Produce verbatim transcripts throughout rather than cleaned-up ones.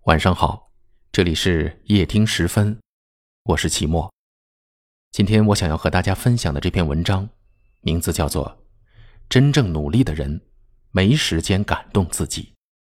晚上好，这里是夜听十分，我是齐墨。今天我想要和大家分享的这篇文章，名字叫做《真正努力的人没时间感动自己》。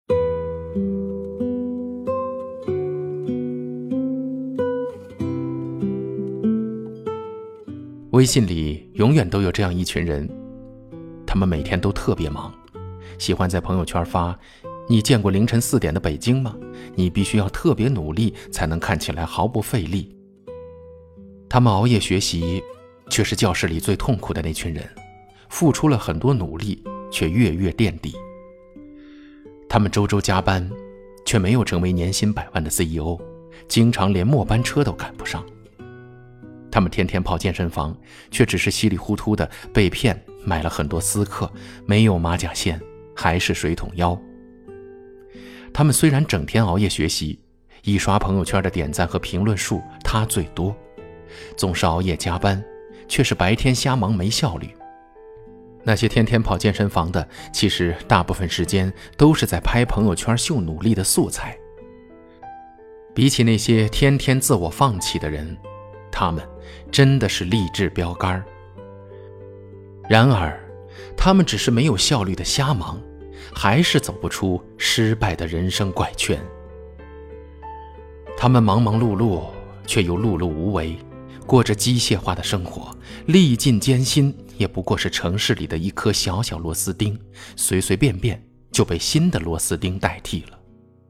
微信里永远都有这样一群人，他们每天都特别忙，喜欢在朋友圈发你见过凌晨四点的北京吗？你必须要特别努力才能看起来毫不费力。他们熬夜学习，却是教室里最痛苦的那群人，付出了很多努力，却月月垫底。他们周周加班，却没有成为年薪百万的 C E O， 经常连末班车都赶不上。他们天天跑健身房，却只是稀里糊涂的被骗买了很多私课，没有马甲线，还是水桶腰。他们虽然整天熬夜学习，一刷朋友圈的点赞和评论数他最多，总是熬夜加班，却是白天瞎忙没效率。那些天天跑健身房的，其实大部分时间都是在拍朋友圈秀努力的素材。比起那些天天自我放弃的人，他们真的是励志标杆。然而他们只是没有效率的瞎忙，还是走不出失败的人生怪圈。他们忙忙碌碌，却又碌碌无为，过着机械化的生活，历尽艰辛，也不过是城市里的一颗小小螺丝钉，随随便便就被新的螺丝钉代替了。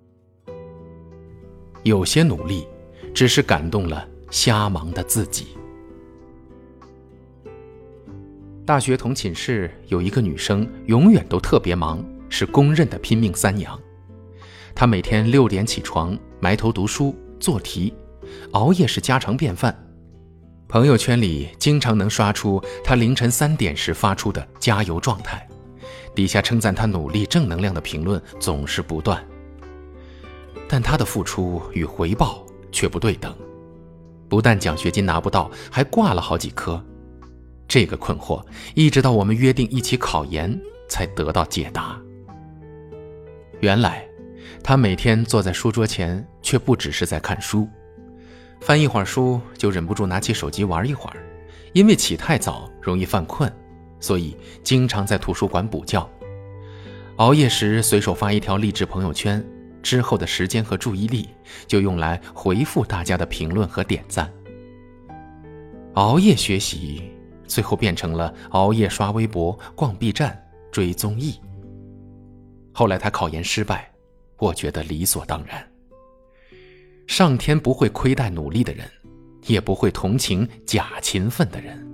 有些努力只是感动了瞎忙的自己。大学同寝室有一个女生，永远都特别忙，是公认的拼命三娘。她每天六点起床，埋头读书做题，熬夜是家常便饭。朋友圈里经常能刷出她凌晨三点时发出的加油状态，底下称赞她努力正能量的评论总是不断。但她的付出与回报却不对等，不但奖学金拿不到，还挂了好几科。这个困惑一直到我们约定一起考研才得到解答。原来他每天坐在书桌前，却不只是在看书，翻一会儿书就忍不住拿起手机玩一会儿，因为起太早容易犯困，所以经常在图书馆补觉。熬夜时随手发一条励志朋友圈，之后的时间和注意力就用来回复大家的评论和点赞。熬夜学习最后变成了熬夜刷微博、逛 B 站、追综艺。后来他考研失败，我觉得理所当然。上天不会亏待努力的人，也不会同情假勤奋的人。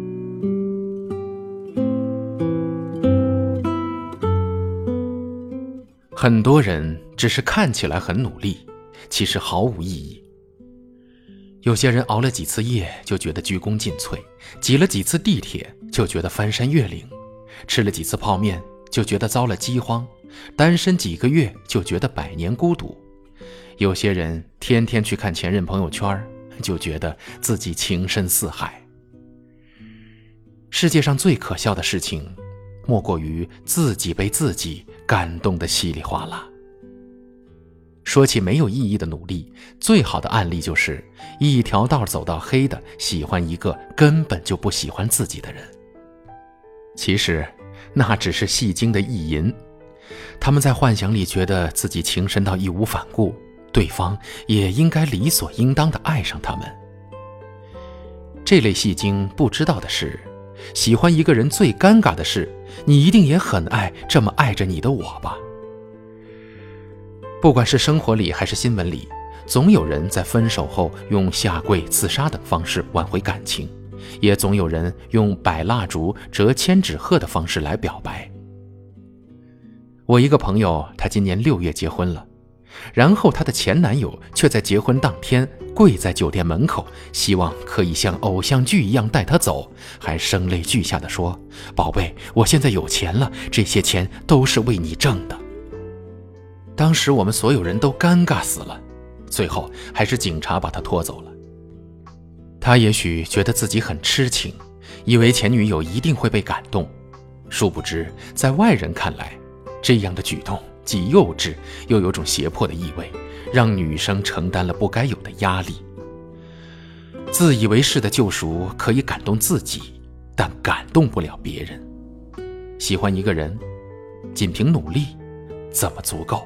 很多人只是看起来很努力，其实毫无意义。有些人熬了几次夜就觉得鞠躬尽瘁，挤了几次地铁就觉得翻山越岭，吃了几次泡面就觉得遭了饥荒，单身几个月就觉得百年孤独。有些人天天去看前任朋友圈，就觉得自己情深似海。世界上最可笑的事情，莫过于自己被自己感动得稀里哗啦。说起没有意义的努力，最好的案例就是一条道走到黑的喜欢一个根本就不喜欢自己的人。其实那只是戏精的意淫，他们在幻想里觉得自己情深到义无反顾，对方也应该理所应当地爱上他们。这类戏精不知道的是，喜欢一个人最尴尬的是，你一定也很爱这么爱着你的我吧。不管是生活里还是新闻里，总有人在分手后用下跪、自杀等方式挽回感情，也总有人用摆蜡烛、折千纸鹤的方式来表白。我一个朋友，她今年六月结婚了，然后她的前男友却在结婚当天跪在酒店门口，希望可以像偶像剧一样带她走，还声泪俱下地说：“宝贝，我现在有钱了，这些钱都是为你挣的。”当时我们所有人都尴尬死了，最后还是警察把他拖走了。他也许觉得自己很痴情，以为前女友一定会被感动，殊不知在外人看来，这样的举动既幼稚又有种胁迫的意味，让女生承担了不该有的压力。自以为是的救赎可以感动自己，但感动不了别人。喜欢一个人，仅凭努力怎么足够？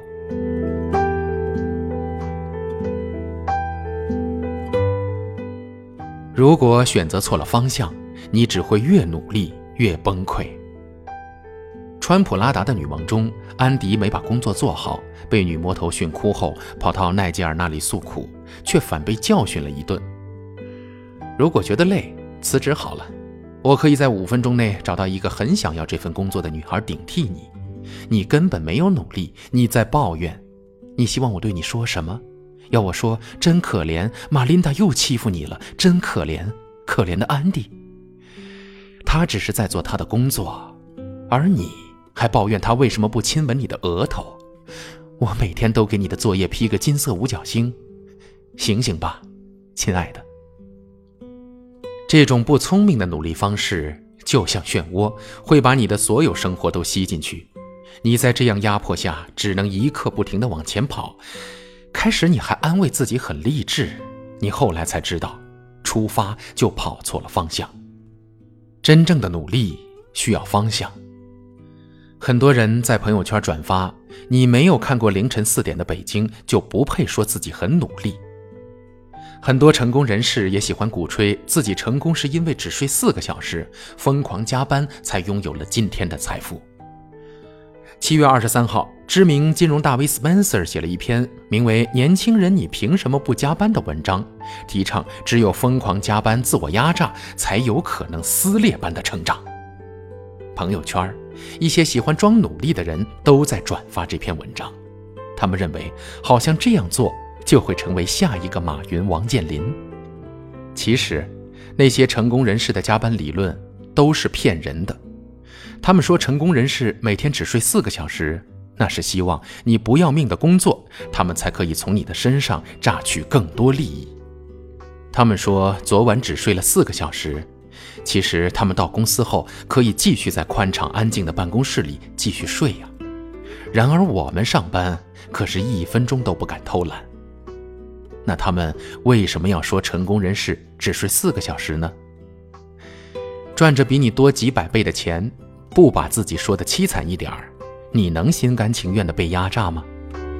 如果选择错了方向，你只会越努力越崩溃。川普拉达的女王中，安迪没把工作做好，被女魔头训哭后，跑到奈吉尔那里诉苦，却反被教训了一顿。如果觉得累，辞职好了，我可以在五分钟内找到一个很想要这份工作的女孩顶替你。你根本没有努力，你在抱怨。你希望我对你说什么？要我说真可怜，玛琳达又欺负你了，真可怜，可怜的安迪。他只是在做他的工作，而你还抱怨他为什么不亲吻你的额头。我每天都给你的作业披个金色五角星，醒醒吧，亲爱的。这种不聪明的努力方式就像漩涡，会把你的所有生活都吸进去。你在这样压迫下只能一刻不停地往前跑。开始你还安慰自己很励志，你后来才知道出发就跑错了方向。真正的努力需要方向。很多人在朋友圈转发，你没有看过凌晨四点的北京，就不配说自己很努力。很多成功人士也喜欢鼓吹自己成功是因为只睡四个小时，疯狂加班才拥有了今天的财富。七月二十三号，知名金融大 V Spencer 写了一篇名为《年轻人你凭什么不加班》的文章，提倡只有疯狂加班、自我压榨，才有可能撕裂般的成长。朋友圈，一些喜欢装努力的人都在转发这篇文章，他们认为好像这样做就会成为下一个马云、王健林。其实，那些成功人士的加班理论都是骗人的。他们说成功人士每天只睡四个小时，那是希望你不要命的工作，他们才可以从你的身上榨取更多利益。他们说昨晚只睡了四个小时，其实他们到公司后可以继续在宽敞安静的办公室里继续睡呀。然而我们上班可是一分钟都不敢偷懒。那他们为什么要说成功人士只睡四个小时呢？赚着比你多几百倍的钱，不把自己说的凄惨一点儿，你能心甘情愿地被压榨吗？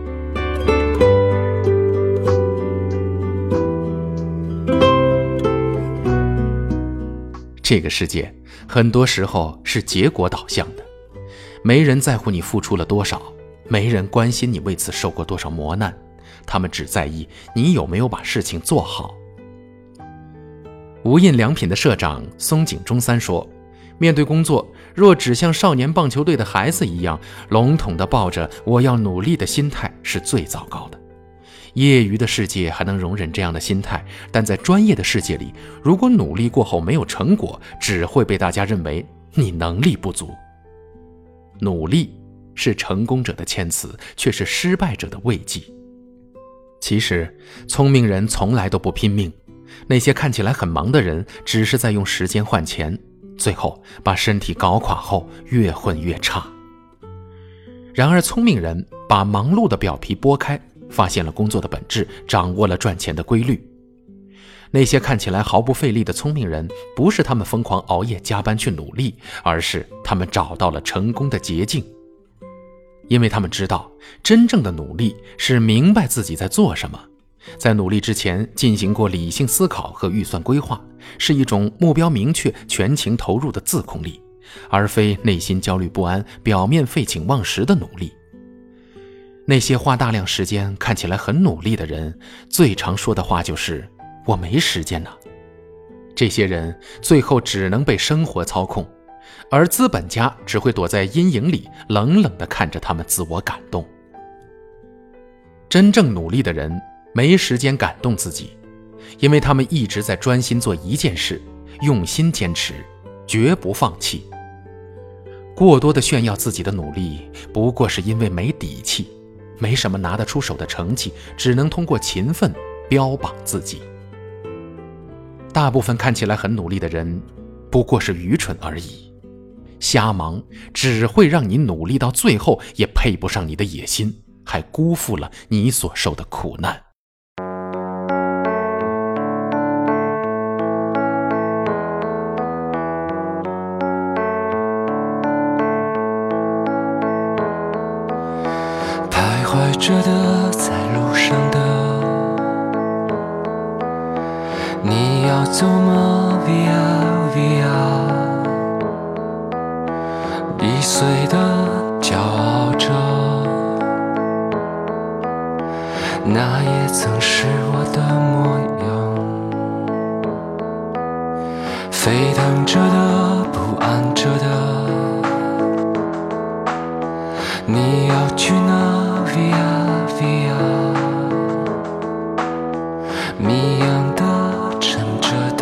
这个世界很多时候是结果导向的，没人在乎你付出了多少，没人关心你为此受过多少磨难，他们只在意你有没有把事情做好。无印良品的社长松井中三说，面对工作，若只像少年棒球队的孩子一样笼统地抱着我要努力的心态是最糟糕的。业余的世界还能容忍这样的心态，但在专业的世界里，如果努力过后没有成果，只会被大家认为你能力不足。努力是成功者的谦词，却是失败者的慰藉。其实聪明人从来都不拼命，那些看起来很忙的人只是在用时间换钱，最后把身体搞垮后越混越差。然而聪明人把忙碌的表皮剥开，发现了工作的本质，掌握了赚钱的规律。那些看起来毫不费力的聪明人，不是他们疯狂熬夜加班去努力，而是他们找到了成功的捷径。因为他们知道，真正的努力是明白自己在做什么，在努力之前进行过理性思考和预算规划，是一种目标明确、全情投入的自控力，而非内心焦虑不安、表面废寝忘食的努力。那些花大量时间看起来很努力的人，最常说的话就是我没时间呢。这些人最后只能被生活操控，而资本家只会躲在阴影里冷冷地看着他们自我感动。真正努力的人没时间感动自己，因为他们一直在专心做一件事，用心坚持，绝不放弃。过多的炫耀自己的努力，不过是因为没底气，没什么拿得出手的成绩，只能通过勤奋标榜自己。大部分看起来很努力的人，不过是愚蠢而已。 瞎忙只会让你努力到最后也配不上你的野心，还辜负了你所受的苦难。 徘徊着的，在路上的，你要走吗 ？Via Via， 易碎的骄傲着，那也曾是我的模样。沸腾着的，不安着的，你要去哪 ？Via Via， 谜样的，沉着的，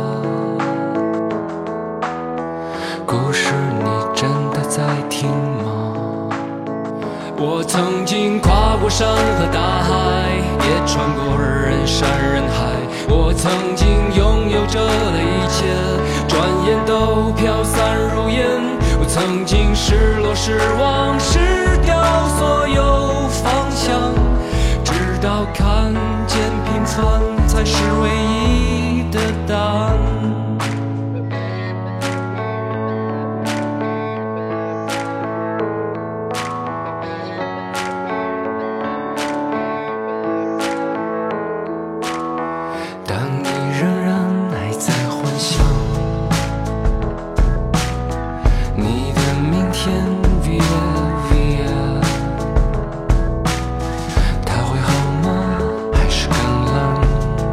故事你真的在听吗？我曾经跨过山和大海，也穿过人山人海。我曾经拥有着的一切，转眼都飘散如烟。我曾经失落失望失掉所有方向，直到看见平凡才是唯一的答案。当你仍然还在幻想你的明天 Via Via， 它会好吗？还是更冷？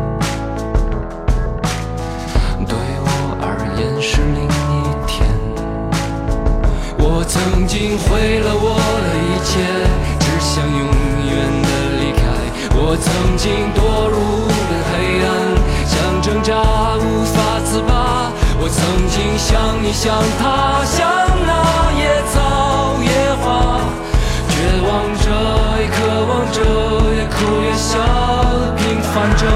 对我而言是另一天。我曾经毁了我的一切，只想永远的离开。我曾经堕入了黑暗，想挣扎无法自拔。我曾经像你像他，像那野草野花，绝望着也渴望着，也哭也笑地平凡着。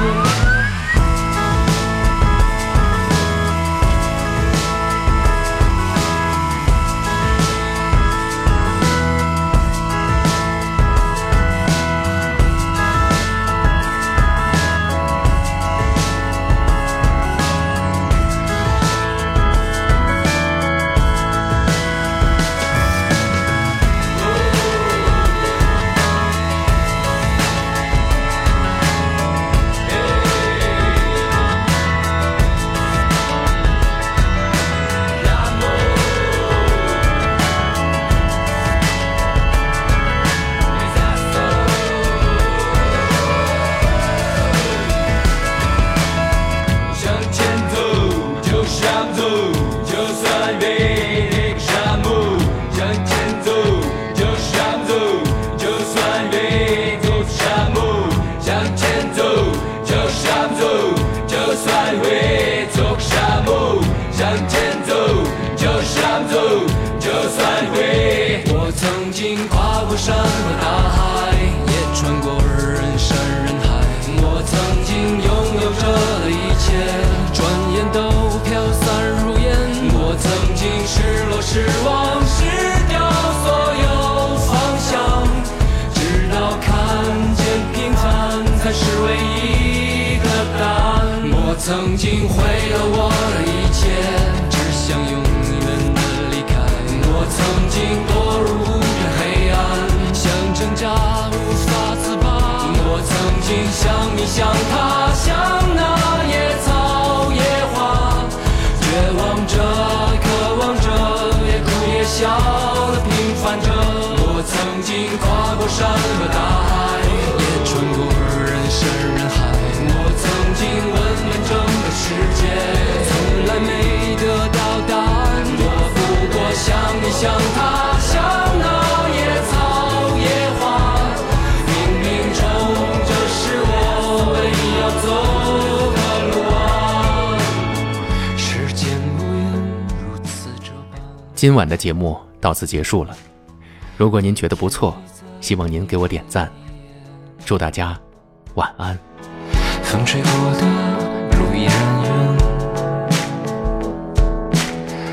我曾经跨过山和大海，也穿过人山人海。我曾经拥有着的一切，转眼都飘散如烟。我曾经失落失望失掉所有方向，直到看见平凡才是唯一的答案。我曾经毁了我的一切，只想永远的离开。我曾经堕入这黑暗，想挣扎无法自拔。我曾经像你像他，像那野草野花，绝望着渴望着，也哭也笑地平凡着。我曾经跨过山和大海，也穿过人山人海。我曾经问遍整个世界，从来没得到答案。我不过像你像他，像那野草野花，冥冥中这是我唯一要走的路啊。时间无言如此这般。 今晚的节目到此结束了，如果您觉得不错，希望您给我点赞。祝大家晚安。 风吹过的路依然远，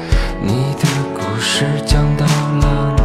你的故事讲到了